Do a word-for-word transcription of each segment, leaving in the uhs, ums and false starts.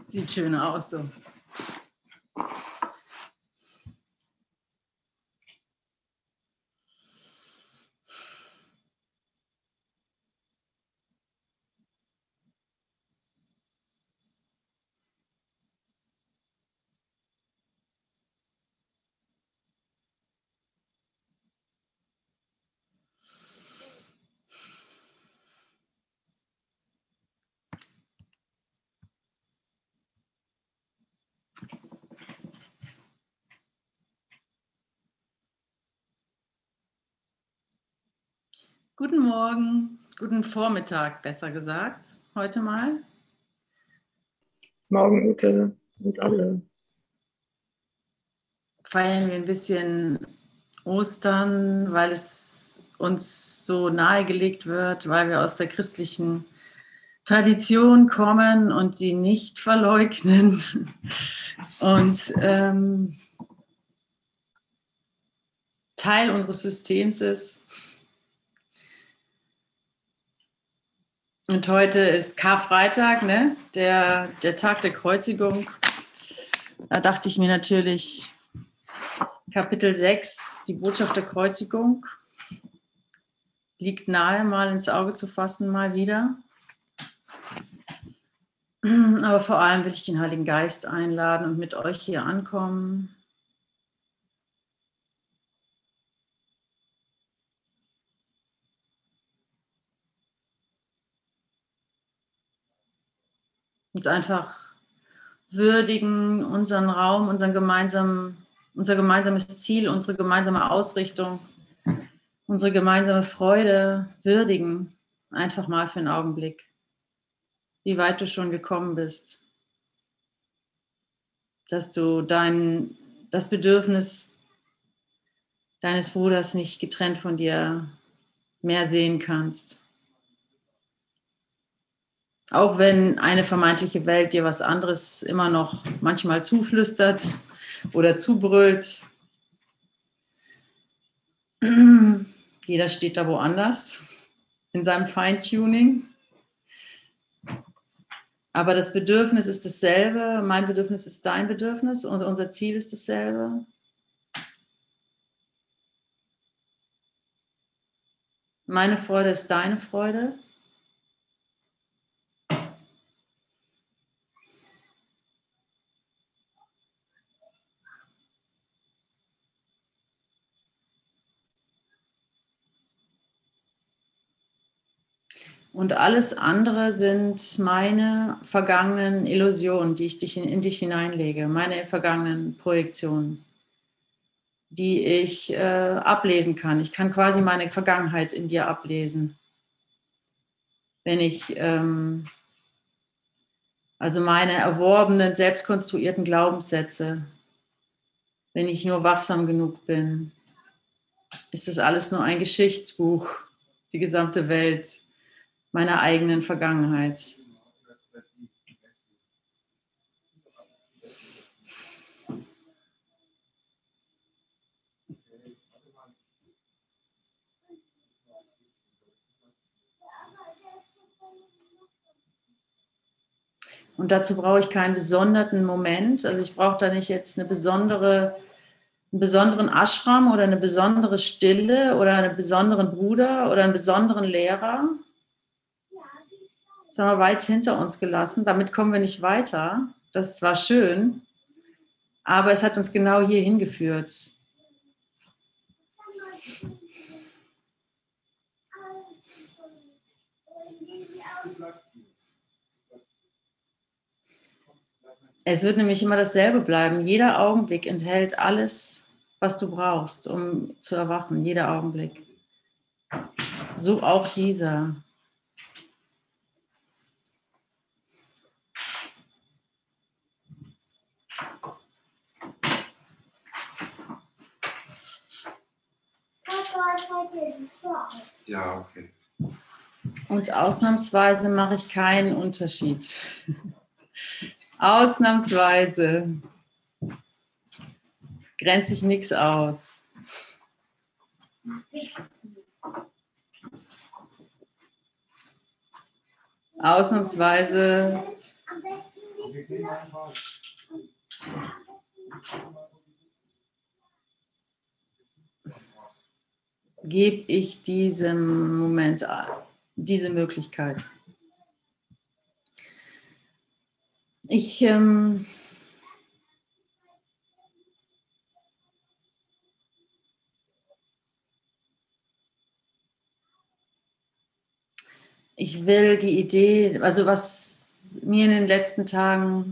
Sieht schön aus so. Guten Morgen, guten Vormittag, besser gesagt, heute mal. Morgen, Ute und alle. Feiern wir ein bisschen Ostern, weil es uns so nahegelegt wird, weil wir aus der christlichen Tradition kommen und sie nicht verleugnen. Und ähm, Teil unseres Systems ist. Und heute ist Karfreitag, ne? der, der Tag der Kreuzigung. Da dachte ich mir natürlich, Kapitel sechs, die Botschaft der Kreuzigung, liegt nahe, mal ins Auge zu fassen, mal wieder. Aber vor allem will ich den Heiligen Geist einladen und mit euch hier ankommen. Und einfach würdigen, unseren Raum, unseren gemeinsamen, unser gemeinsames Ziel, unsere gemeinsame Ausrichtung, unsere gemeinsame Freude würdigen. Einfach mal für einen Augenblick, wie weit du schon gekommen bist. Dass du dein, das Bedürfnis deines Bruders nicht getrennt von dir mehr sehen kannst. Auch wenn eine vermeintliche Welt dir was anderes immer noch manchmal zuflüstert oder zubrüllt. Jeder steht da woanders in seinem Feintuning. Aber das Bedürfnis ist dasselbe, mein Bedürfnis ist dein Bedürfnis und unser Ziel ist dasselbe. Meine Freude ist deine Freude. Und alles andere sind meine vergangenen Illusionen, die ich dich in, in dich hineinlege, meine vergangenen Projektionen, die ich äh, ablesen kann. Ich kann quasi meine Vergangenheit in dir ablesen. Wenn ich, ähm, also meine erworbenen, selbstkonstruierten Glaubenssätze, wenn ich nur wachsam genug bin, ist das alles nur ein Geschichtsbuch, die gesamte Welt meiner eigenen Vergangenheit. Und dazu brauche ich keinen besonderen Moment. Also ich brauche da nicht jetzt eine besondere, einen besonderen Ashram oder eine besondere Stille oder einen besonderen Bruder oder einen besonderen Lehrer. Das haben wir weit hinter uns gelassen. Damit kommen wir nicht weiter. Das war schön, aber es hat uns genau hier hingeführt. Es wird nämlich immer dasselbe bleiben. Jeder Augenblick enthält alles, was du brauchst, um zu erwachen. Jeder Augenblick. So auch dieser. Ja, okay. Und ausnahmsweise mache ich keinen Unterschied. Ausnahmsweise grenze ich nichts aus. Ausnahmsweise gebe ich diesem Moment diese Möglichkeit. Ich ähm, ich will die Idee, also was mir in den letzten Tagen,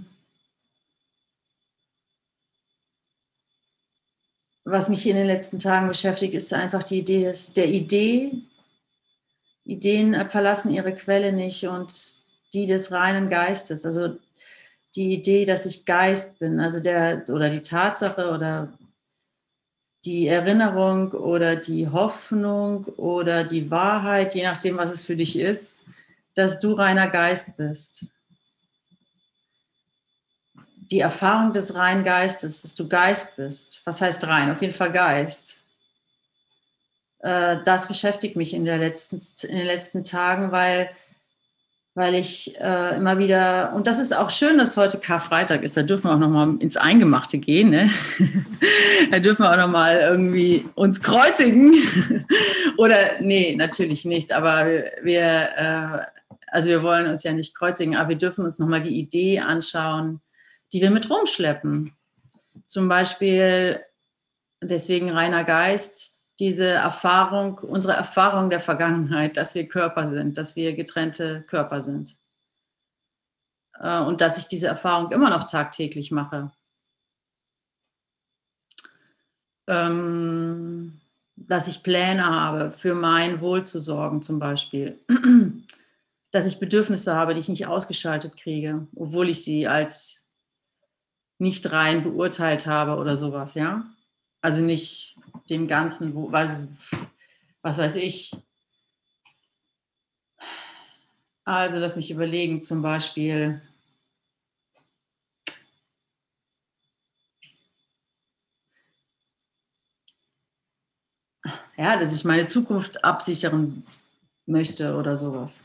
was mich in den letzten Tagen beschäftigt, ist einfach die Idee des, der Idee. Ideen verlassen ihre Quelle nicht und die des reinen Geistes, also die Idee, dass ich Geist bin, also der oder die Tatsache oder die Erinnerung oder die Hoffnung oder die Wahrheit, je nachdem, was es für dich ist, dass du reiner Geist bist. Die Erfahrung des reinen Geistes, dass du Geist bist. Was heißt rein? Auf jeden Fall Geist. Das beschäftigt mich in, der letzten, in den letzten Tagen, weil, weil ich äh, immer wieder, und das ist auch schön, dass heute Karfreitag ist, da dürfen wir auch nochmal ins Eingemachte gehen, ne? Da dürfen wir auch nochmal irgendwie uns kreuzigen. Oder, nee, natürlich nicht, aber wir, äh, also wir wollen uns ja nicht kreuzigen, aber wir dürfen uns nochmal die Idee anschauen, die wir mit rumschleppen. Zum Beispiel, deswegen reiner Geist, diese Erfahrung, unsere Erfahrung der Vergangenheit, dass wir Körper sind, dass wir getrennte Körper sind. Und dass ich diese Erfahrung immer noch tagtäglich mache. Ähm, dass ich Pläne habe, für mein Wohl zu sorgen zum Beispiel. Dass ich Bedürfnisse habe, die ich nicht ausgeschaltet kriege, obwohl ich sie als nicht rein beurteilt habe oder sowas, ja. Also nicht dem Ganzen, wo, was, was weiß ich. Also lass mich überlegen, zum Beispiel, ja, dass ich meine Zukunft absichern möchte oder sowas.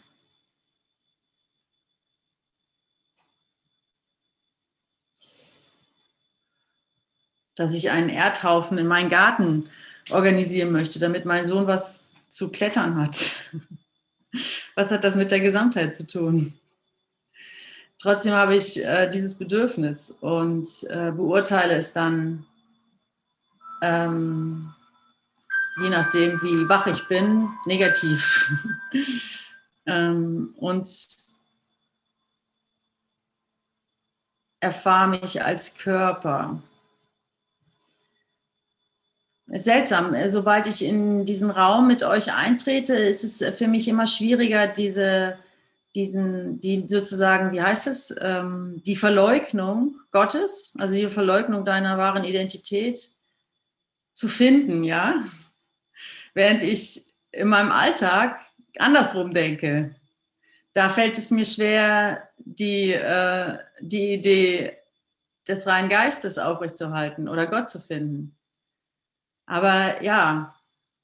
Dass ich einen Erdhaufen in meinen Garten organisieren möchte, damit mein Sohn was zu klettern hat. Was hat das mit der Gesamtheit zu tun? Trotzdem habe ich äh, dieses Bedürfnis und äh, beurteile es dann, ähm, je nachdem, wie wach ich bin, negativ. ähm, und erfahre mich als Körper. Ist seltsam. Sobald ich in diesen Raum mit euch eintrete, ist es für mich immer schwieriger, diese, diesen, die sozusagen, wie heißt es, ähm, die Verleugnung Gottes, also die Verleugnung deiner wahren Identität zu finden, ja, während ich in meinem Alltag andersrum denke. Da fällt es mir schwer, die, äh, die Idee des reinen Geistes aufrechtzuerhalten oder Gott zu finden. Aber ja.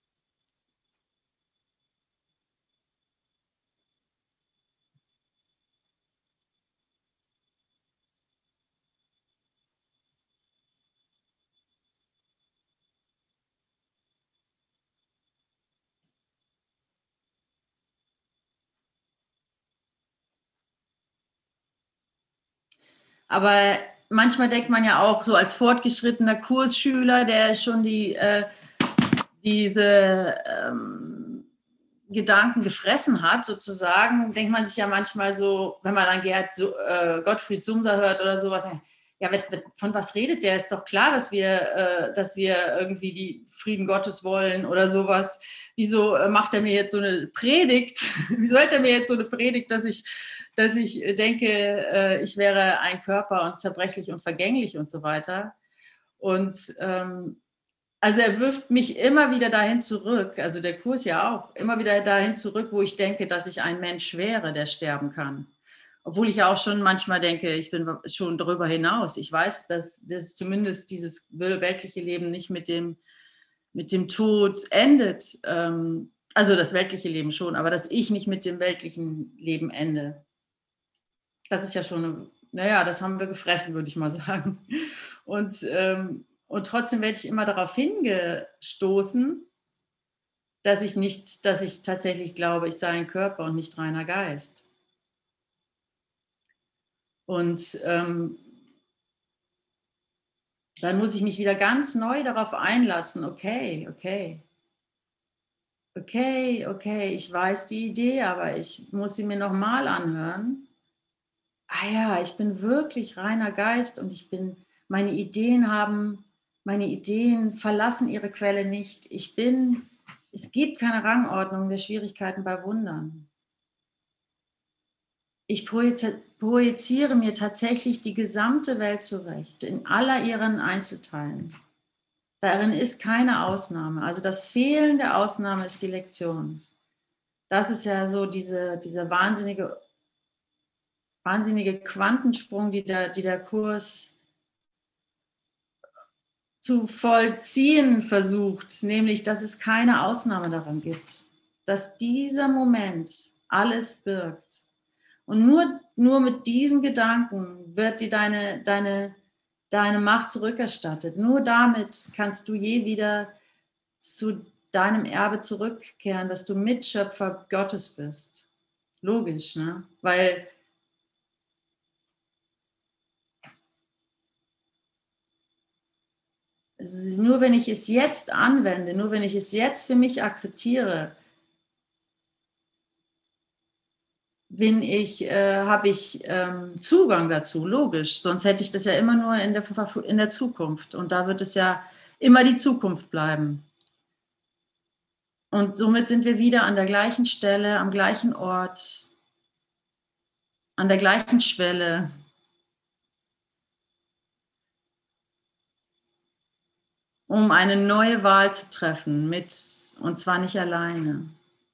Aber manchmal denkt man ja auch so als fortgeschrittener Kursschüler, der schon die, äh, diese ähm, Gedanken gefressen hat, sozusagen, denkt man sich ja manchmal so, wenn man dann Gerhard, so, äh, Gottfried Sumser hört oder sowas, ja, von was redet der? Ist doch klar, dass wir, äh, dass wir irgendwie die Frieden Gottes wollen oder sowas. Wieso äh, macht er mir jetzt so eine Predigt? Wieso hält er mir jetzt so eine Predigt, dass ich, dass ich denke, äh, ich wäre ein Körper und zerbrechlich und vergänglich und so weiter? Und ähm, also er wirft mich immer wieder dahin zurück, also der Kurs ja auch, immer wieder dahin zurück, wo ich denke, dass ich ein Mensch wäre, der sterben kann. Obwohl ich ja auch schon manchmal denke, ich bin schon darüber hinaus. Ich weiß, dass, dass zumindest dieses weltliche Leben nicht mit dem, mit dem Tod endet. Also das weltliche Leben schon, aber dass ich nicht mit dem weltlichen Leben ende. Das ist ja schon eine naja, das haben wir gefressen, würde ich mal sagen. Und, ähm, und trotzdem werde ich immer darauf hingestoßen, dass ich nicht, dass ich tatsächlich glaube, ich sei ein Körper und nicht reiner Geist. Und ähm, dann muss ich mich wieder ganz neu darauf einlassen, okay, okay, okay, okay, ich weiß die Idee, aber ich muss sie mir nochmal anhören. Ah ja, ich bin wirklich reiner Geist und ich bin, meine Ideen haben, meine Ideen verlassen ihre Quelle nicht. Ich bin, es gibt keine Rangordnung der Schwierigkeiten bei Wundern. Ich projiziere mir tatsächlich die gesamte Welt zurecht, in aller ihren Einzelteilen. Darin ist keine Ausnahme. Also das Fehlen der Ausnahme ist die Lektion. Das ist ja so diese, dieser wahnsinnige, wahnsinnige Quantensprung, die der, die der Kurs zu vollziehen versucht, nämlich, dass es keine Ausnahme daran gibt, dass dieser Moment alles birgt. Und nur, nur mit diesen Gedanken wird dir deine, deine, deine Macht zurückerstattet. Nur damit kannst du je wieder zu deinem Erbe zurückkehren, dass du Mitschöpfer Gottes bist. Logisch, ne? Weil nur wenn ich es jetzt anwende, nur wenn ich es jetzt für mich akzeptiere, bin ich, äh, habe ich ähm, Zugang dazu, logisch. Sonst hätte ich das ja immer nur in der, in der Zukunft. Und da wird es ja immer die Zukunft bleiben. Und somit sind wir wieder an der gleichen Stelle, am gleichen Ort, an der gleichen Schwelle. Um eine neue Wahl zu treffen, mit, und zwar nicht alleine.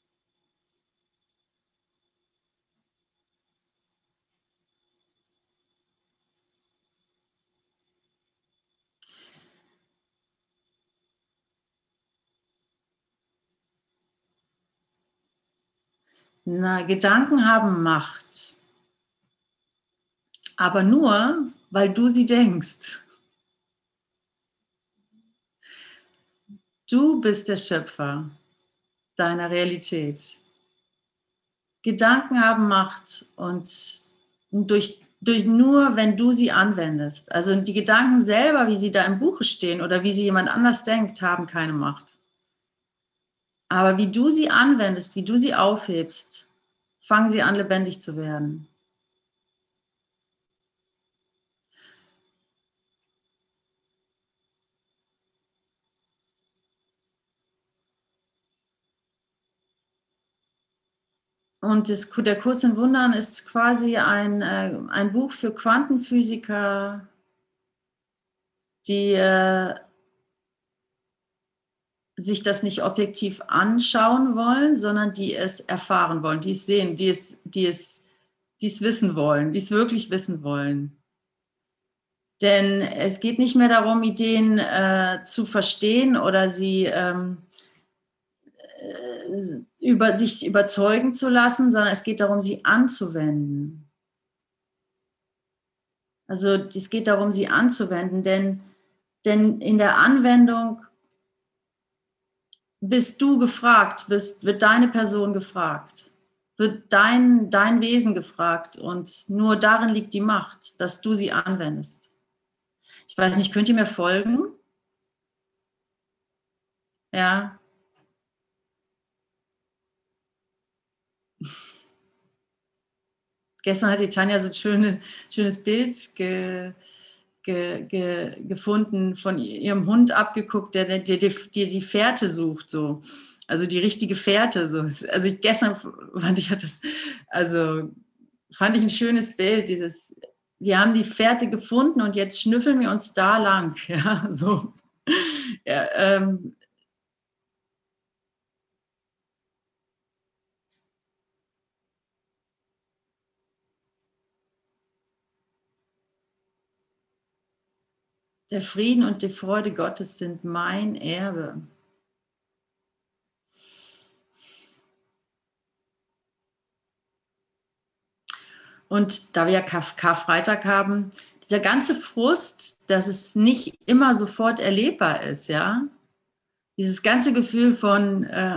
Na, Gedanken haben Macht, aber nur, weil du sie denkst. Du bist der Schöpfer deiner Realität. Gedanken haben Macht und durch, durch nur, wenn du sie anwendest. Also die Gedanken selber, wie sie da im Buche stehen oder wie sie jemand anders denkt, haben keine Macht. Aber wie du sie anwendest, wie du sie aufhebst, fangen sie an, lebendig zu werden. Und das, der Kurs in Wundern ist quasi ein, äh, ein Buch für Quantenphysiker, die äh, sich das nicht objektiv anschauen wollen, sondern die es erfahren wollen, die es sehen, die es, die es, die es wissen wollen, die es wirklich wissen wollen. Denn es geht nicht mehr darum, Ideen äh, zu verstehen oder sie ähm, über sich überzeugen zu lassen, sondern es geht darum, sie anzuwenden. Also es geht darum, sie anzuwenden, denn, denn in der Anwendung bist du gefragt, bist, wird deine Person gefragt, wird dein, dein Wesen gefragt und nur darin liegt die Macht, dass du sie anwendest. Ich weiß nicht, könnt ihr mir folgen? Ja. Gestern hat die Tanja so ein schöne, schönes Bild ge, ge, ge, gefunden, von ihrem Hund abgeguckt, der dir die, die, die Fährte sucht, so. Also die richtige Fährte. So. Also ich, gestern fand ich das, also fand ich ein schönes Bild, dieses, wir haben die Fährte gefunden und jetzt schnüffeln wir uns da lang. Ja, so. Ja, ähm, der Frieden und die Freude Gottes sind mein Erbe. Und da wir ja Kar- Karfreitag haben, dieser ganze Frust, dass es nicht immer sofort erlebbar ist, ja, dieses ganze Gefühl von äh,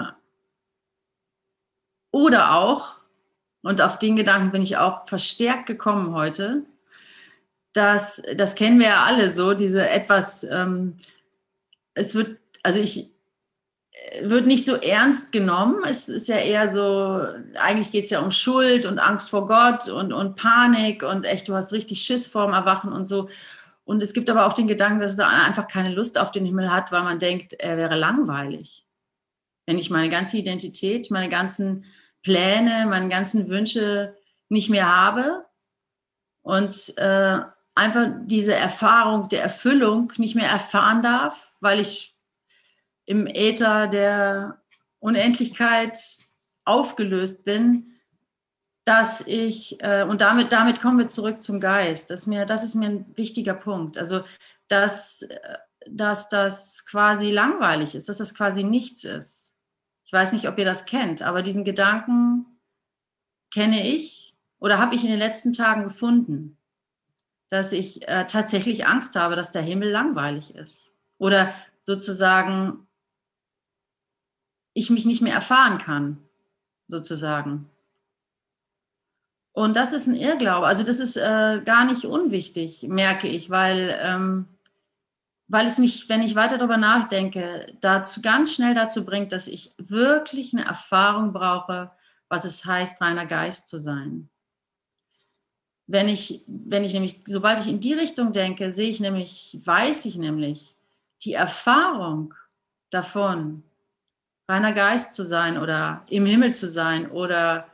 oder auch, und auf den Gedanken bin ich auch verstärkt gekommen heute, dass, das kennen wir ja alle so, diese etwas, ähm, es wird, also ich, wird nicht so ernst genommen. Es ist ja eher so, eigentlich geht es ja um Schuld und Angst vor Gott und, und Panik und echt, du hast richtig Schiss vorm Erwachen und so. Und es gibt aber auch den Gedanken, dass es einfach keine Lust auf den Himmel hat, weil man denkt, er wäre langweilig. Wenn ich meine ganze Identität, meine ganzen Pläne, meine ganzen Wünsche nicht mehr habe und äh, einfach diese Erfahrung der Erfüllung nicht mehr erfahren darf, weil ich im Äther der Unendlichkeit aufgelöst bin, dass ich, äh, und damit, damit kommen wir zurück zum Geist, das, mir, das ist mir ein wichtiger Punkt, also dass, dass das quasi langweilig ist, dass das quasi nichts ist. Ich weiß nicht, ob ihr das kennt, aber diesen Gedanken kenne ich oder habe ich in den letzten Tagen gefunden, dass ich äh, tatsächlich Angst habe, dass der Himmel langweilig ist oder sozusagen ich mich nicht mehr erfahren kann, sozusagen. Und das ist ein Irrglaube. Also das ist äh, gar nicht unwichtig, merke ich, weil, ähm, weil es mich, wenn ich weiter darüber nachdenke, dazu ganz schnell dazu bringt, dass ich wirklich eine Erfahrung brauche, was es heißt, reiner Geist zu sein. Wenn ich, wenn ich nämlich, sobald ich in die Richtung denke, sehe ich nämlich, weiß ich nämlich, die Erfahrung davon, reiner Geist zu sein oder im Himmel zu sein oder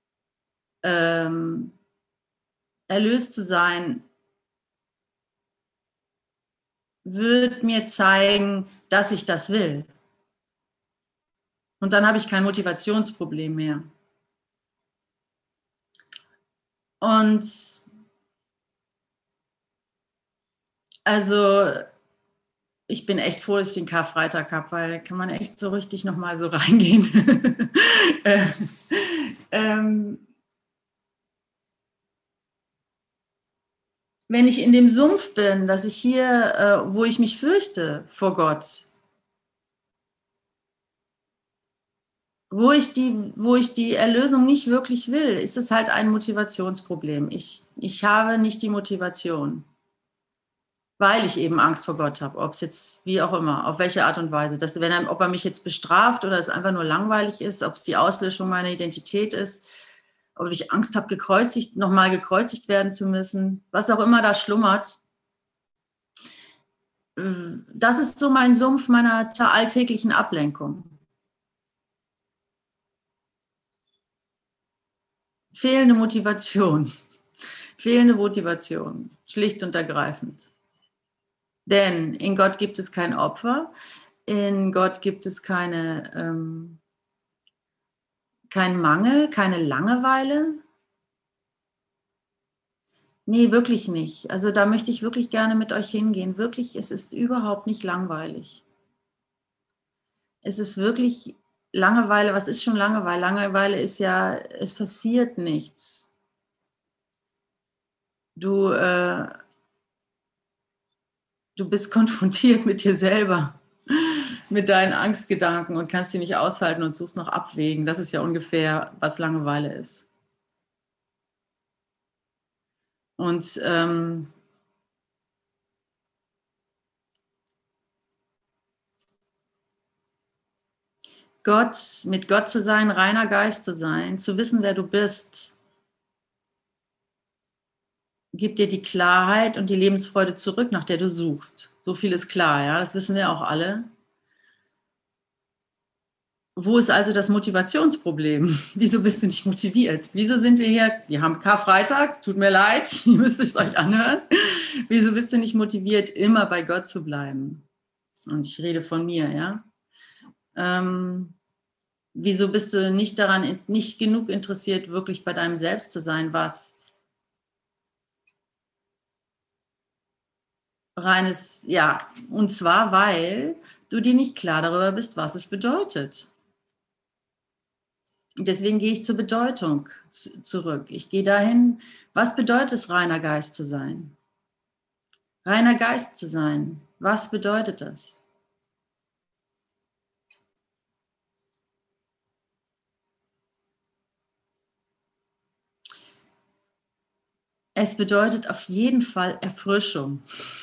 ähm, erlöst zu sein, wird mir zeigen, dass ich das will. Und dann habe ich kein Motivationsproblem mehr. Und also ich bin echt froh, dass ich den Karfreitag habe, weil da kann man echt so richtig nochmal so reingehen. äh, ähm, wenn ich in dem Sumpf bin, dass ich hier, äh, wo ich mich fürchte vor Gott, wo ich die, wo ich die Erlösung nicht wirklich will, ist es halt ein Motivationsproblem. Ich, ich habe nicht die Motivation, weil ich eben Angst vor Gott habe, ob es jetzt, wie auch immer, auf welche Art und Weise, dass, wenn er, ob er mich jetzt bestraft oder es einfach nur langweilig ist, ob es die Auslöschung meiner Identität ist, ob ich Angst habe, gekreuzigt, nochmal gekreuzigt werden zu müssen, was auch immer da schlummert. Das ist so mein Sumpf meiner alltäglichen Ablenkung. Fehlende Motivation. Fehlende Motivation, schlicht und ergreifend. Denn in Gott gibt es kein Opfer, in Gott gibt es keine, ähm, keinen Mangel, keine Langeweile. Nee, wirklich nicht. Also da möchte ich wirklich gerne mit euch hingehen. Wirklich, es ist überhaupt nicht langweilig. Es ist wirklich Langeweile. Was ist schon Langeweile? Langeweile ist ja, es passiert nichts. Du, äh, du bist konfrontiert mit dir selber, mit deinen Angstgedanken und kannst sie nicht aushalten und suchst noch Abwägen. Das ist ja ungefähr, was Langeweile ist. Und ähm, Gott, mit Gott zu sein, reiner Geist zu sein, zu wissen, wer du bist, gibt dir die Klarheit und die Lebensfreude zurück, nach der du suchst. So viel ist klar, ja, das wissen wir auch alle. Wo ist also das Motivationsproblem? Wieso bist du nicht motiviert? Wieso sind wir hier? Wir haben Karfreitag, tut mir leid, ihr müsst es euch anhören. Wieso bist du nicht motiviert, immer bei Gott zu bleiben? Und ich rede von mir, ja. Ähm, wieso bist du nicht daran, nicht genug interessiert, wirklich bei deinem Selbst zu sein, was reines, ja, und zwar, weil du dir nicht klar darüber bist, was es bedeutet. Und deswegen gehe ich zur Bedeutung zurück. Ich gehe dahin, Was bedeutet es, reiner Geist zu sein? Reiner Geist zu sein, was bedeutet das? Es bedeutet auf jeden Fall Erfrischung.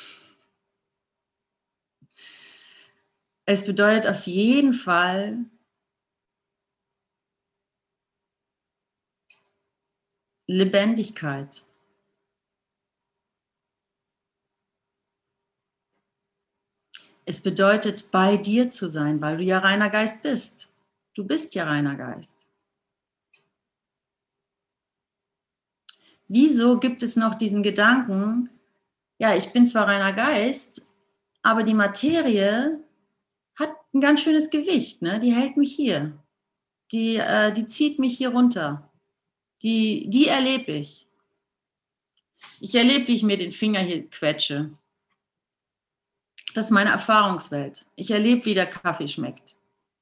Es bedeutet auf jeden Fall Lebendigkeit. Es bedeutet, bei dir zu sein, weil du ja reiner Geist bist. Du bist ja reiner Geist. Wieso gibt es noch diesen Gedanken, ja, ich bin zwar reiner Geist, aber die Materie hat ein ganz schönes Gewicht, ne? Die hält mich hier. Die, äh, die zieht mich hier runter. Die, die erlebe ich. Ich erlebe, wie ich mir den Finger hier quetsche. Das ist meine Erfahrungswelt. Ich erlebe, wie der Kaffee schmeckt.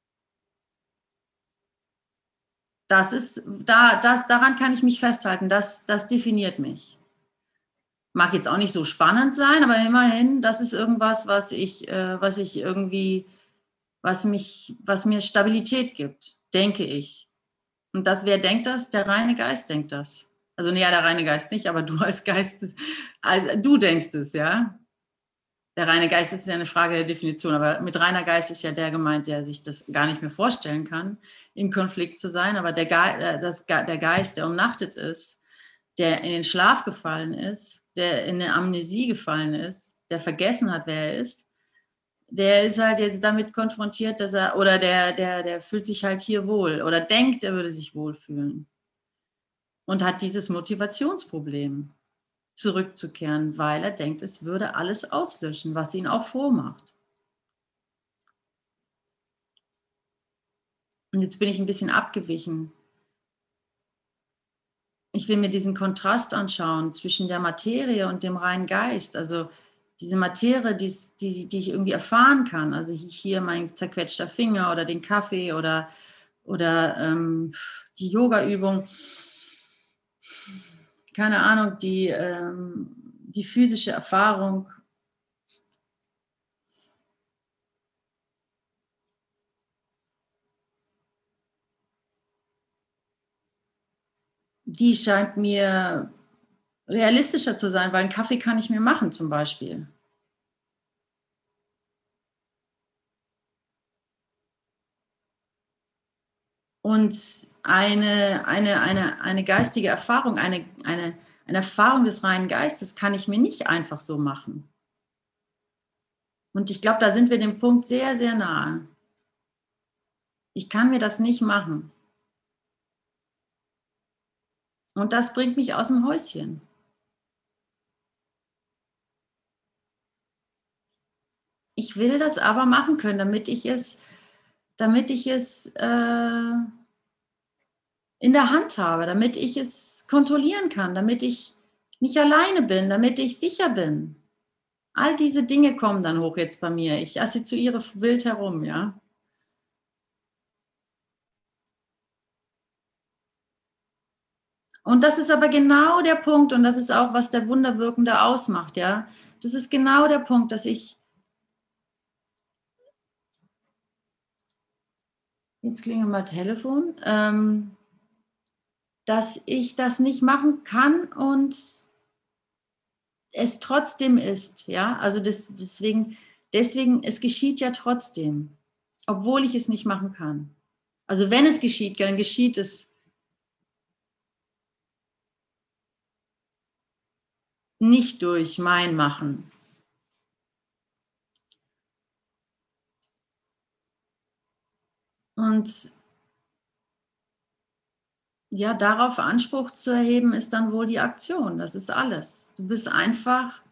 Das ist, da, das, daran kann ich mich festhalten. Das, das definiert mich. Mag jetzt auch nicht so spannend sein, aber immerhin, das ist irgendwas, was ich, äh, was ich irgendwie, was mich, was mir Stabilität gibt, denke ich. Und das, wer denkt das? Der reine Geist denkt das. Also, nee, ja, der reine Geist nicht, aber du als Geist, also du denkst es, ja. Der reine Geist ist ja eine Frage der Definition, aber mit reiner Geist ist ja der gemeint, der sich das gar nicht mehr vorstellen kann, im Konflikt zu sein. Aber der, Ge das, der Geist, der umnachtet ist, der in den Schlaf gefallen ist, der in eine Amnesie gefallen ist, der vergessen hat, wer er ist, der ist halt jetzt damit konfrontiert, dass er, oder der, der, der fühlt sich halt hier wohl oder denkt, er würde sich wohlfühlen und hat dieses Motivationsproblem, zurückzukehren, weil er denkt, es würde alles auslöschen, was ihn auch froh macht. Und jetzt bin ich ein bisschen abgewichen. Ich will mir diesen Kontrast anschauen zwischen der Materie und dem reinen Geist. Also diese Materie, die, die, die ich irgendwie erfahren kann. Also hier mein zerquetschter Finger oder den Kaffee oder, oder ähm, die Yoga-Übung. Keine Ahnung, die, ähm, die physische Erfahrung. Die scheint mir realistischer zu sein, weil einen Kaffee kann ich mir machen zum Beispiel. Und eine, eine, eine, eine geistige Erfahrung, eine, eine, eine Erfahrung des reinen Geistes kann ich mir nicht einfach so machen. Und ich glaube, da sind wir dem Punkt sehr, sehr nahe. Ich kann mir das nicht machen. Und das bringt mich aus dem Häuschen. Ich will das aber machen können, damit ich es, damit ich es äh, in der Hand habe, damit ich es kontrollieren kann, damit ich nicht alleine bin, damit ich sicher bin. All diese Dinge kommen dann hoch jetzt bei mir. Ich assoziiere wild herum, ja. Und das ist aber genau der Punkt, und das ist auch, was der Wunderwirkende ausmacht, ja. Das ist genau der Punkt, dass ich, jetzt klingelt mal Telefon, ähm, dass ich das nicht machen kann und es trotzdem ist, ja. Also das, deswegen, deswegen, es geschieht ja trotzdem, obwohl ich es nicht machen kann. Also wenn es geschieht, dann geschieht es nicht durch mein Machen. Und ja, darauf Anspruch zu erheben, ist dann wohl die Aktion. Das ist alles. Du bist einfach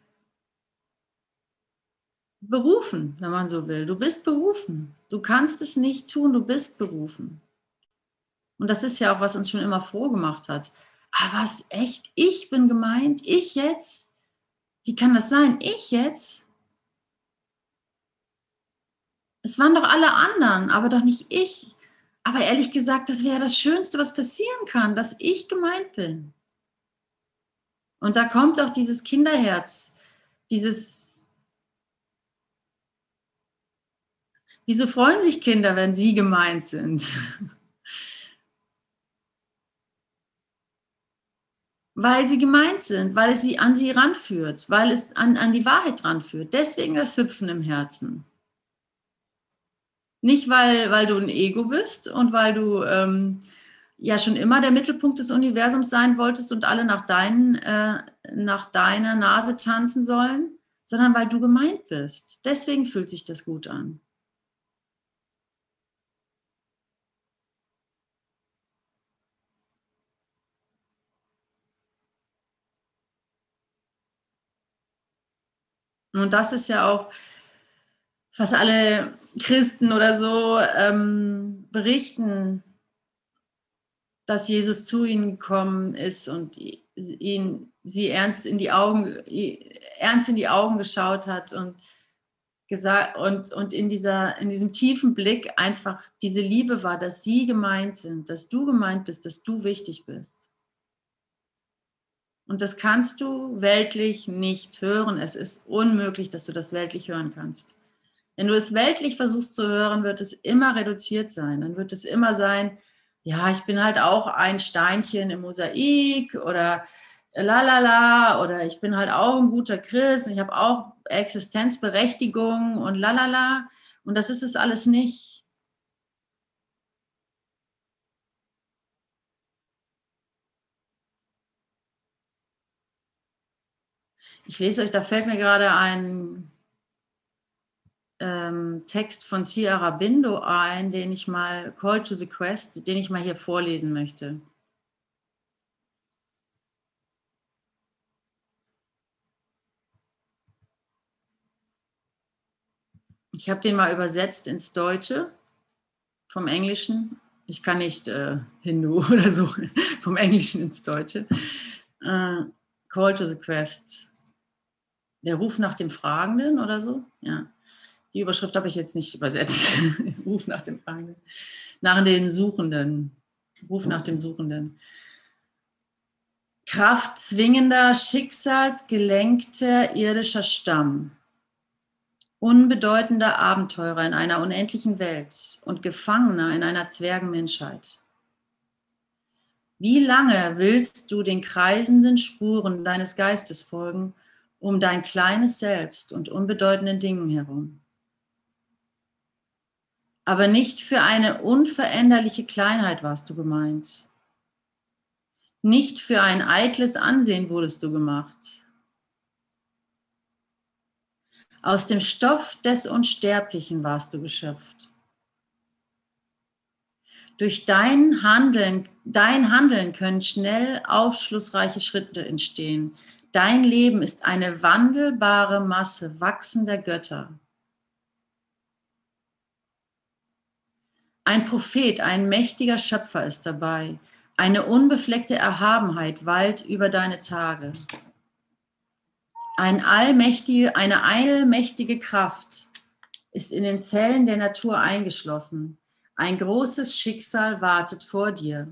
berufen, wenn man so will. Du bist berufen. Du kannst es nicht tun, du bist berufen. Und das ist ja auch, was uns schon immer froh gemacht hat. Ah, was, echt? Ich bin gemeint? Ich jetzt? Wie kann das sein? Ich jetzt? Es waren doch alle anderen, aber doch nicht ich. Aber ehrlich gesagt, das wäre das Schönste, was passieren kann, dass ich gemeint bin. Und da kommt auch dieses Kinderherz, dieses, wieso freuen sich Kinder, wenn sie gemeint sind? Weil sie gemeint sind, weil es sie an sie ranführt, weil es an, an die Wahrheit ranführt. Deswegen das Hüpfen im Herzen. Nicht, weil, weil du ein Ego bist und weil du ähm, ja schon immer der Mittelpunkt des Universums sein wolltest und alle nach, deinen, äh, nach deiner Nase tanzen sollen, sondern weil du gemeint bist. Deswegen fühlt sich das gut an. Und das ist ja auch, was alle Christen oder so ähm, berichten, dass Jesus zu ihnen gekommen ist und ihn, sie ernst in die Augen, ernst in die Augen geschaut hat und gesagt, und, und in, dieser, in diesem tiefen Blick einfach diese Liebe war, dass sie gemeint sind, dass du gemeint bist, dass du wichtig bist. Und das kannst du weltlich nicht hören. Es ist unmöglich, dass du das weltlich hören kannst. Wenn du es weltlich versuchst zu hören, wird es immer reduziert sein. Dann wird es immer sein, ja, ich bin halt auch ein Steinchen im Mosaik oder lalala oder ich bin halt auch ein guter Christ und ich habe auch Existenzberechtigung und lalala. Und das ist es alles nicht. Ich lese euch, da fällt mir gerade ein ähm, Text von Sri Aurobindo ein, den ich mal, Call to the Quest, den ich mal hier vorlesen möchte. Ich habe den mal übersetzt ins Deutsche, vom Englischen. Ich kann nicht äh, Hindu oder so, vom Englischen ins Deutsche. Äh, Call to the Quest. Der Ruf nach dem Fragenden oder so. Ja. Die Überschrift habe ich jetzt nicht übersetzt. Ruf nach dem Fragenden. Nach den Suchenden. Ruf nach dem Suchenden. Kraftzwingender, schicksalsgelenkter irdischer Stamm. Unbedeutender Abenteurer in einer unendlichen Welt und Gefangener in einer Zwergenmenschheit. Wie lange willst du den kreisenden Spuren deines Geistes folgen, um dein kleines Selbst und unbedeutenden Dingen herum? Aber nicht für eine unveränderliche Kleinheit warst du gemeint. Nicht für ein eitles Ansehen wurdest du gemacht. Aus dem Stoff des Unsterblichen warst du geschöpft. Durch dein Handeln, dein Handeln können schnell aufschlussreiche Schritte entstehen. Dein Leben ist eine wandelbare Masse wachsender Götter. Ein Prophet, ein mächtiger Schöpfer ist dabei. Eine unbefleckte Erhabenheit wallt über deine Tage. Ein allmächtige, eine allmächtige Kraft ist in den Zellen der Natur eingeschlossen. Ein großes Schicksal wartet vor dir.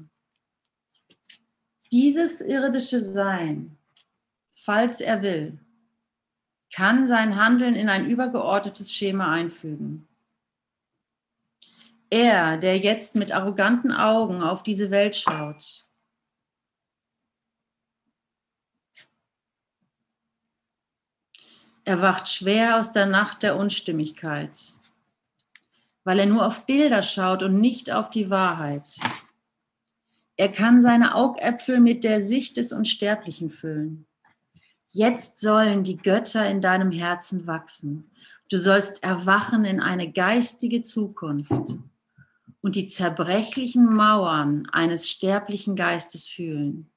Dieses irdische Sein, falls er will, kann sein Handeln in ein übergeordnetes Schema einfügen. Er, der jetzt mit arroganten Augen auf diese Welt schaut, erwacht schwer aus der Nacht der Unstimmigkeit, weil er nur auf Bilder schaut und nicht auf die Wahrheit. Er kann seine Augäpfel mit der Sicht des Unsterblichen füllen. Jetzt sollen die Götter in deinem Herzen wachsen. Du sollst erwachen in eine geistige Zukunft und die zerbrechlichen Mauern eines sterblichen Geistes fühlen.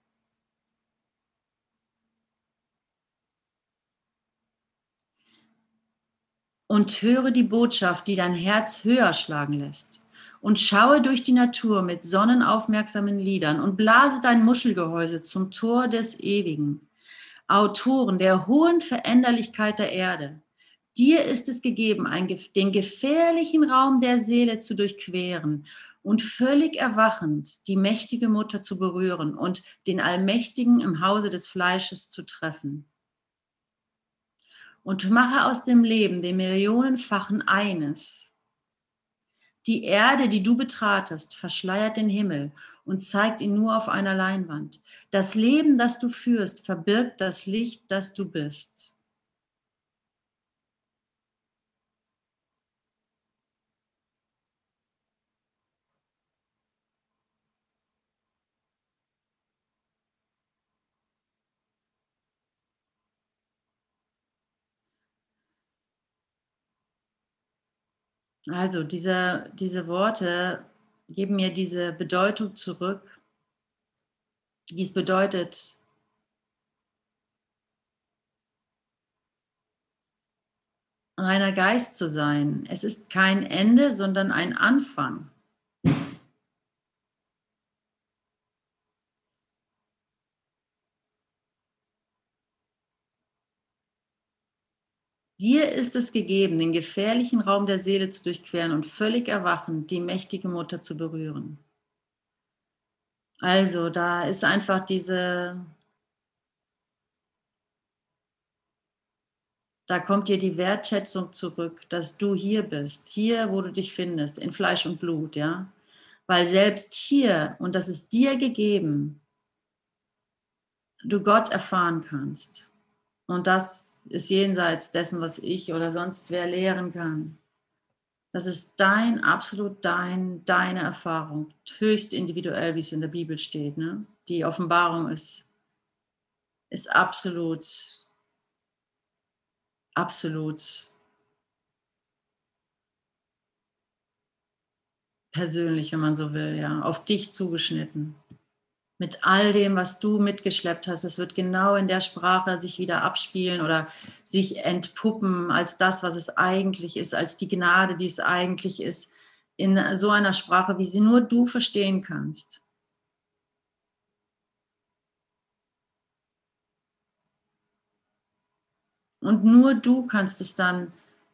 Und höre die Botschaft, die dein Herz höher schlagen lässt. Und schaue durch die Natur mit sonnenaufmerksamen Lidern und blase dein Muschelgehäuse zum Tor des Ewigen. Autoren der hohen Veränderlichkeit der Erde, dir ist es gegeben, ein, den gefährlichen Raum der Seele zu durchqueren und völlig erwachend die mächtige Mutter zu berühren und den Allmächtigen im Hause des Fleisches zu treffen. Und mache aus dem Leben, dem Millionenfachen eines. Die Erde, die du betratest, verschleiert den Himmel und zeigt ihn nur auf einer Leinwand. Das Leben, das du führst, verbirgt das Licht, das du bist. Also diese, diese Worte geben mir diese Bedeutung zurück, die es bedeutet, reiner Geist zu sein. Es ist kein Ende, sondern ein Anfang. Dir ist es gegeben, den gefährlichen Raum der Seele zu durchqueren und völlig erwachend die mächtige Mutter zu berühren. Also da ist einfach diese, da kommt dir die Wertschätzung zurück, dass du hier bist, hier, wo du dich findest, in Fleisch und Blut, ja. Weil selbst hier, und das ist dir gegeben, du Gott erfahren kannst. Und das ist jenseits dessen, was ich oder sonst wer lehren kann. Das ist dein, absolut dein, deine Erfahrung, höchst individuell, wie es in der Bibel steht. Ne? Die Offenbarung ist, ist absolut, absolut persönlich, wenn man so will, ja, auf dich zugeschnitten. Mit all dem, was du mitgeschleppt hast, es wird genau in der Sprache sich wieder abspielen oder sich entpuppen als das, was es eigentlich ist, als die Gnade, die es eigentlich ist, in so einer Sprache, wie sie nur du verstehen kannst. Und nur du kannst es dann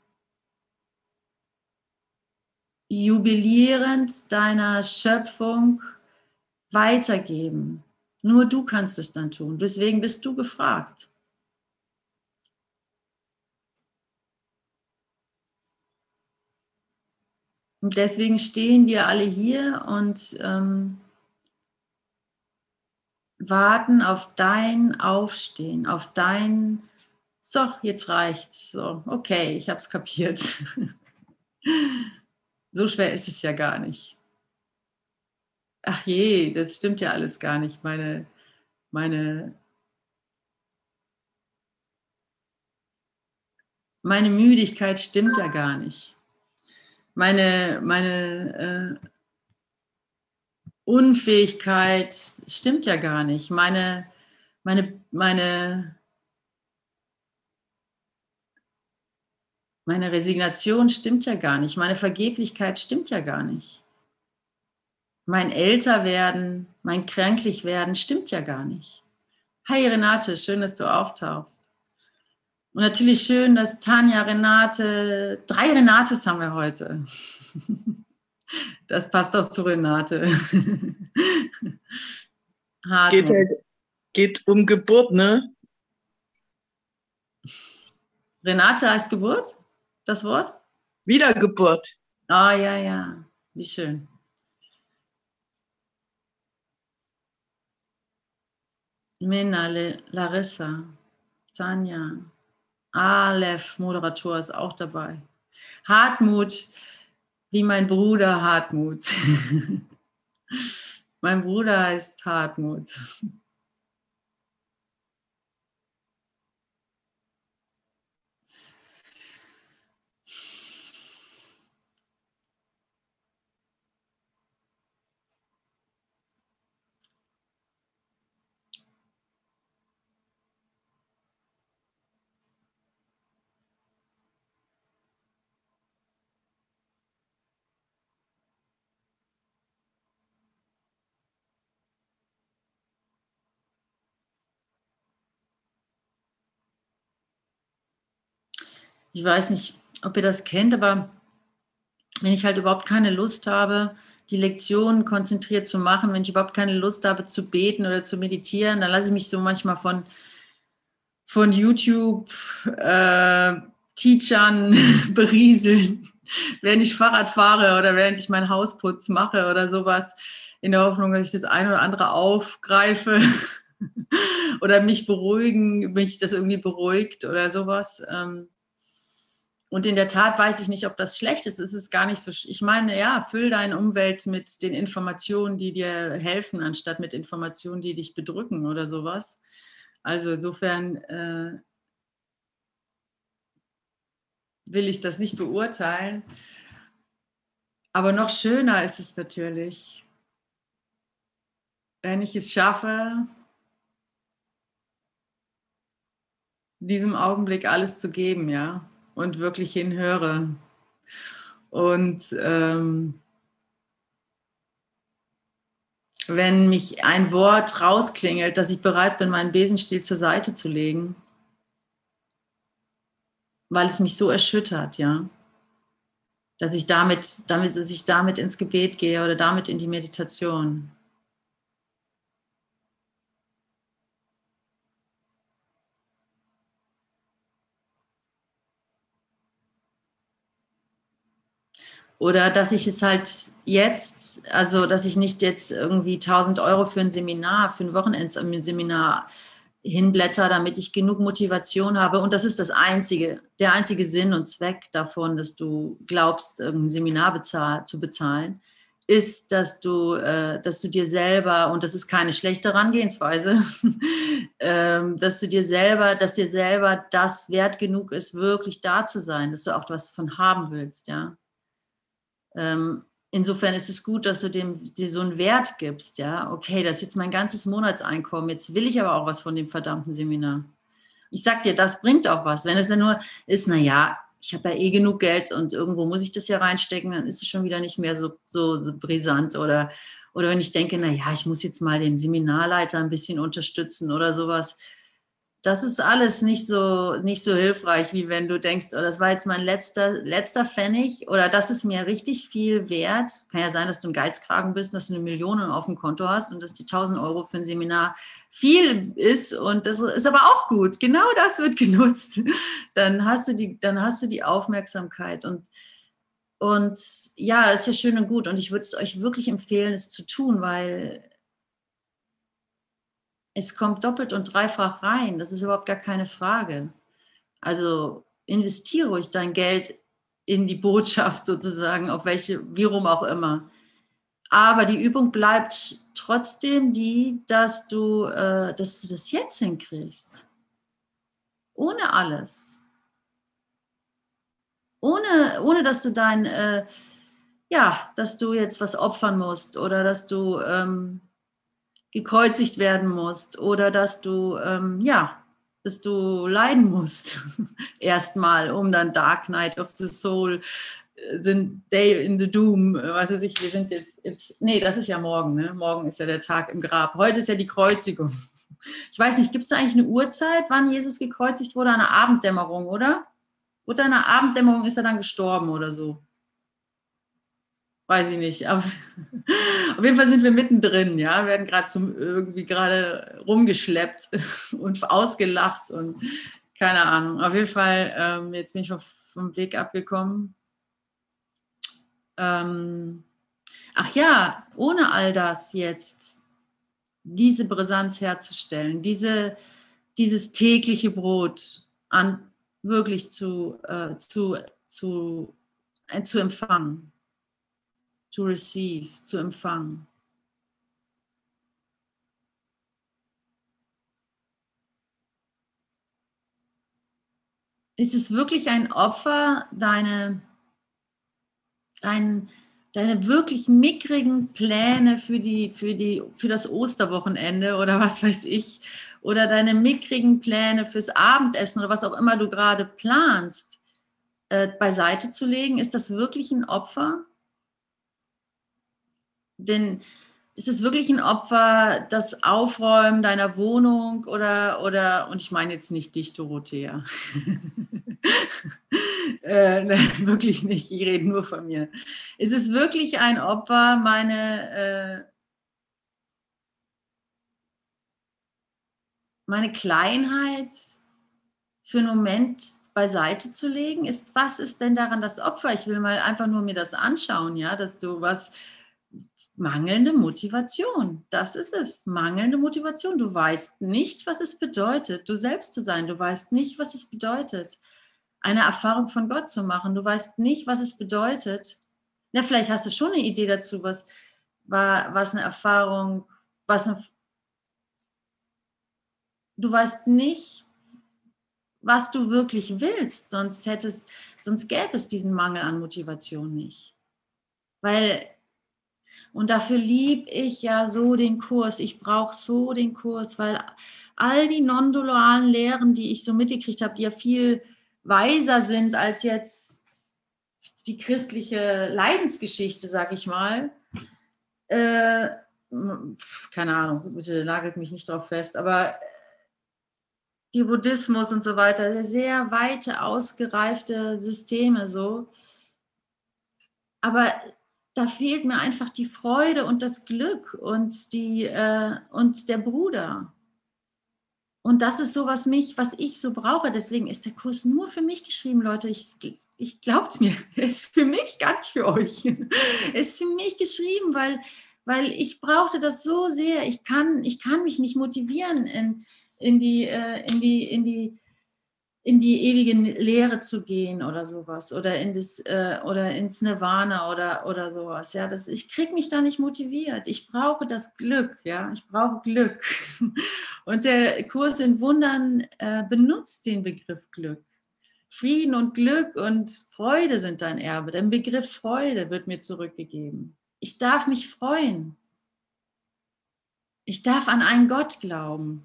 jubilierend deiner Schöpfung weitergeben. Nur du kannst es dann tun. Deswegen bist du gefragt. Und deswegen stehen wir alle hier und ähm, warten auf dein Aufstehen, auf dein, so, jetzt reicht's. So, okay, ich habe es kapiert. So schwer ist es ja gar nicht. Ach je, das stimmt ja alles gar nicht. Meine, meine, meine Müdigkeit stimmt ja gar nicht. Meine, meine äh, Unfähigkeit stimmt ja gar nicht. Meine, meine, meine, meine Resignation stimmt ja gar nicht. Meine Vergeblichkeit stimmt ja gar nicht. Mein Älterwerden, mein Kränklichwerden stimmt ja gar nicht. Hi Renate, schön, dass du auftauchst. Und natürlich schön, dass Tanja, Renate, drei Renates haben wir heute. Das passt doch zu Renate. Es geht, halt, geht um Geburt, ne? Renate heißt Geburt, das Wort? Wiedergeburt. Ah, oh, ja, ja, wie schön. Minna, Larissa, Tanja, Aleph, Moderator, ist auch dabei. Hartmut, wie mein Bruder Hartmut. Mein Bruder heißt Hartmut. Ich weiß nicht, ob ihr das kennt, aber wenn ich halt überhaupt keine Lust habe, die Lektionen konzentriert zu machen, wenn ich überhaupt keine Lust habe zu beten oder zu meditieren, dann lasse ich mich so manchmal von, von YouTube äh, Teachern berieseln, während ich Fahrrad fahre oder während ich meinen Hausputz mache oder sowas, in der Hoffnung, dass ich das eine oder andere aufgreife oder mich beruhigen, mich das irgendwie beruhigt oder sowas. Und in der Tat weiß ich nicht, ob das schlecht ist. Es ist gar nicht so, ich meine, ja, füll deine Umwelt mit den Informationen, die dir helfen, anstatt mit Informationen, die dich bedrücken oder sowas. Also insofern äh, will ich das nicht beurteilen. Aber noch schöner ist es natürlich, wenn ich es schaffe, diesem Augenblick alles zu geben, ja, und wirklich hinhöre. Und ähm, wenn mich ein Wort rausklingelt, dass ich bereit bin, meinen Besenstiel zur Seite zu legen, weil es mich so erschüttert, ja, dass ich damit, damit, dass ich damit ins Gebet gehe oder damit in die Meditation. Oder dass ich es halt jetzt, also dass ich nicht jetzt irgendwie tausend Euro für ein Seminar, für ein Wochenendseminar hinblätter, damit ich genug Motivation habe. Und das ist das einzige, der einzige Sinn und Zweck davon, dass du glaubst, irgendein Seminar bezahl, zu bezahlen, ist, dass du, äh, dass du dir selber, und das ist keine schlechte Herangehensweise, ähm, dass du dir selber, dass dir selber das wert genug ist, wirklich da zu sein, dass du auch was von haben willst, ja. Ähm, Insofern ist es gut, dass du dem dir so einen Wert gibst, ja. Okay, das ist jetzt mein ganzes Monatseinkommen, jetzt will ich aber auch was von dem verdammten Seminar. Ich sag dir, das bringt auch was. Wenn es ja nur ist, naja, ich habe ja eh genug Geld und irgendwo muss ich das ja reinstecken, dann ist es schon wieder nicht mehr so, so, so brisant. Oder, oder wenn ich denke, naja, ich muss jetzt mal den Seminarleiter ein bisschen unterstützen oder sowas. Das ist alles nicht so, nicht so hilfreich, wie wenn du denkst, oh, das war jetzt mein letzter, letzter Pfennig oder das ist mir richtig viel wert. Kann ja sein, dass du ein Geizkragen bist, dass du eine Million auf dem Konto hast und dass die tausend Euro für ein Seminar viel ist und das ist aber auch gut. Genau das wird genutzt. Dann hast du die, dann hast du die Aufmerksamkeit und, und ja, das ist ja schön und gut und ich würde es euch wirklich empfehlen, es zu tun, weil es kommt doppelt und dreifach rein. Das ist überhaupt gar keine Frage. Also investiere ruhig dein Geld in die Botschaft sozusagen, auf welche, wie rum auch immer. Aber die Übung bleibt trotzdem die, dass du, äh, dass du das jetzt hinkriegst. Ohne alles. Ohne, ohne dass du dein, äh, ja, dass du jetzt was opfern musst oder dass du ähm, gekreuzigt werden musst oder dass du, ähm, ja, dass du leiden musst. Erstmal, um dann Dark Knight of the Soul, The Day in the Doom, was weiß ich, wir sind jetzt, nee, das ist ja morgen, ne? Morgen ist ja der Tag im Grab. Heute ist ja die Kreuzigung. Ich weiß nicht, gibt es da eigentlich eine Uhrzeit, wann Jesus gekreuzigt wurde? Eine Abenddämmerung, oder? Oder eine Abenddämmerung ist er dann gestorben oder so? Weiß ich nicht, aber auf jeden Fall sind wir mittendrin, ja, werden gerade zum irgendwie gerade rumgeschleppt und ausgelacht und keine Ahnung. Auf jeden Fall, ähm, jetzt bin ich vom Weg abgekommen. Ähm, ach ja, ohne all das jetzt diese Brisanz herzustellen, diese, dieses tägliche Brot an wirklich zu, äh, zu, zu, äh, zu empfangen. To receive, zu empfangen. Ist es wirklich ein Opfer, deine, dein, deine wirklich mickrigen Pläne für, die, für, die, für das Osterwochenende oder was weiß ich, oder deine mickrigen Pläne fürs Abendessen oder was auch immer du gerade planst, äh, beiseite zu legen? Ist das wirklich ein Opfer? Denn ist es wirklich ein Opfer, das Aufräumen deiner Wohnung oder, oder und ich meine jetzt nicht dich, Dorothea, äh, ne, wirklich nicht, ich rede nur von mir. Es ist wirklich ein Opfer, meine, äh, meine Kleinheit für einen Moment beiseite zu legen. Ist, was ist denn daran das Opfer? Ich will mal einfach nur mir das anschauen, ja, dass du was, mangelnde Motivation, das ist es, mangelnde Motivation. Du weißt nicht, was es bedeutet, du selbst zu sein. Du weißt nicht, was es bedeutet, eine Erfahrung von Gott zu machen. Du weißt nicht, was es bedeutet. Na, vielleicht hast du schon eine Idee dazu, was, war, was eine Erfahrung, was eine, du weißt nicht, was du wirklich willst, sonst hättest, sonst gäbe es diesen Mangel an Motivation nicht. Weil, und dafür liebe ich ja so den Kurs, ich brauche so den Kurs, weil all die non-dualen Lehren, die ich so mitgekriegt habe, die ja viel weiser sind als jetzt die christliche Leidensgeschichte, sag ich mal, äh, keine Ahnung, bitte nagelt mich nicht drauf fest, aber die Buddhismus und so weiter, sehr weite, ausgereifte Systeme so. Aber da fehlt mir einfach die Freude und das Glück und, die, äh, und der Bruder. Und das ist so, was, mich, was ich so brauche. Deswegen ist der Kurs nur für mich geschrieben, Leute. Ich, ich glaubt es mir. Er ist für mich, gar nicht für euch. Er ist für mich geschrieben, weil, weil ich brauchte das so sehr. Ich kann, ich kann mich nicht motivieren, in, in, die, äh, in, die, in die in die ewige Lehre zu gehen oder sowas oder in das äh, oder ins Nirvana oder oder sowas, ja, das, ich kriege mich da nicht motiviert. Ich brauche das Glück, ja, ich brauche Glück. Und der Kurs in Wundern äh, benutzt den Begriff Glück. Frieden und Glück und Freude sind dein Erbe. Der Begriff Freude wird mir zurückgegeben. Ich darf mich freuen. Ich darf an einen Gott glauben.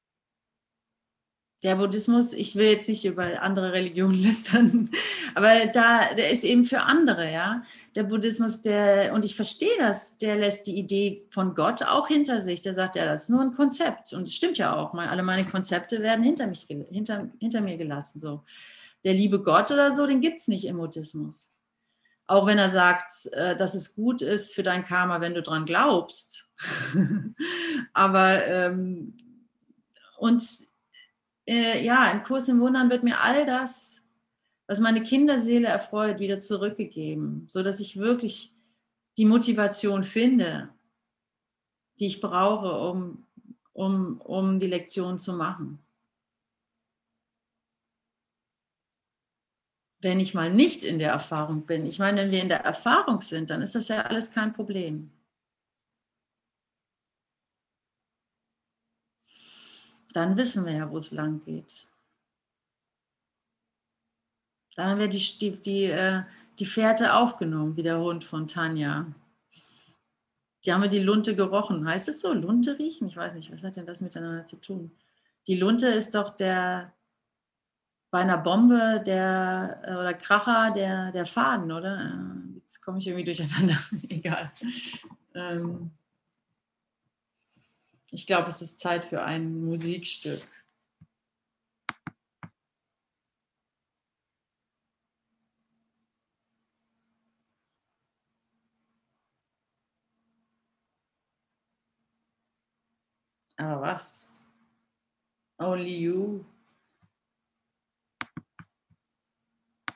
Der Buddhismus, ich will jetzt nicht über andere Religionen lästern, aber da, der ist eben für andere, ja. Der Buddhismus, der, und ich verstehe das, der lässt die Idee von Gott auch hinter sich. Der sagt, ja, das ist nur ein Konzept. Und es stimmt ja auch, mein, alle meine Konzepte werden hinter, mich, hinter, hinter mir gelassen. So. Der liebe Gott oder so, den gibt es nicht im Buddhismus. Auch wenn er sagt, äh, dass es gut ist für dein Karma, wenn du dran glaubst. aber, ähm, und Äh, ja, im Kurs im Wundern wird mir all das, was meine Kinderseele erfreut, wieder zurückgegeben, sodass ich wirklich die Motivation finde, die ich brauche, um, um, um die Lektion zu machen. Wenn ich mal nicht in der Erfahrung bin, ich meine, wenn wir in der Erfahrung sind, dann ist das ja alles kein Problem. Dann wissen wir ja, wo es lang geht. Dann haben wir die, die, die, äh, die Fährte aufgenommen, wie der Hund von Tanja. Die haben wir die Lunte gerochen. Heißt es so? Lunte riechen? Ich weiß nicht, was hat denn das miteinander zu tun? Die Lunte ist doch der, bei einer Bombe der, oder Kracher, der, der Faden, oder? Jetzt komme ich irgendwie durcheinander. Egal. Ähm, ich glaube, es ist Zeit für ein Musikstück. Aber was? Only You?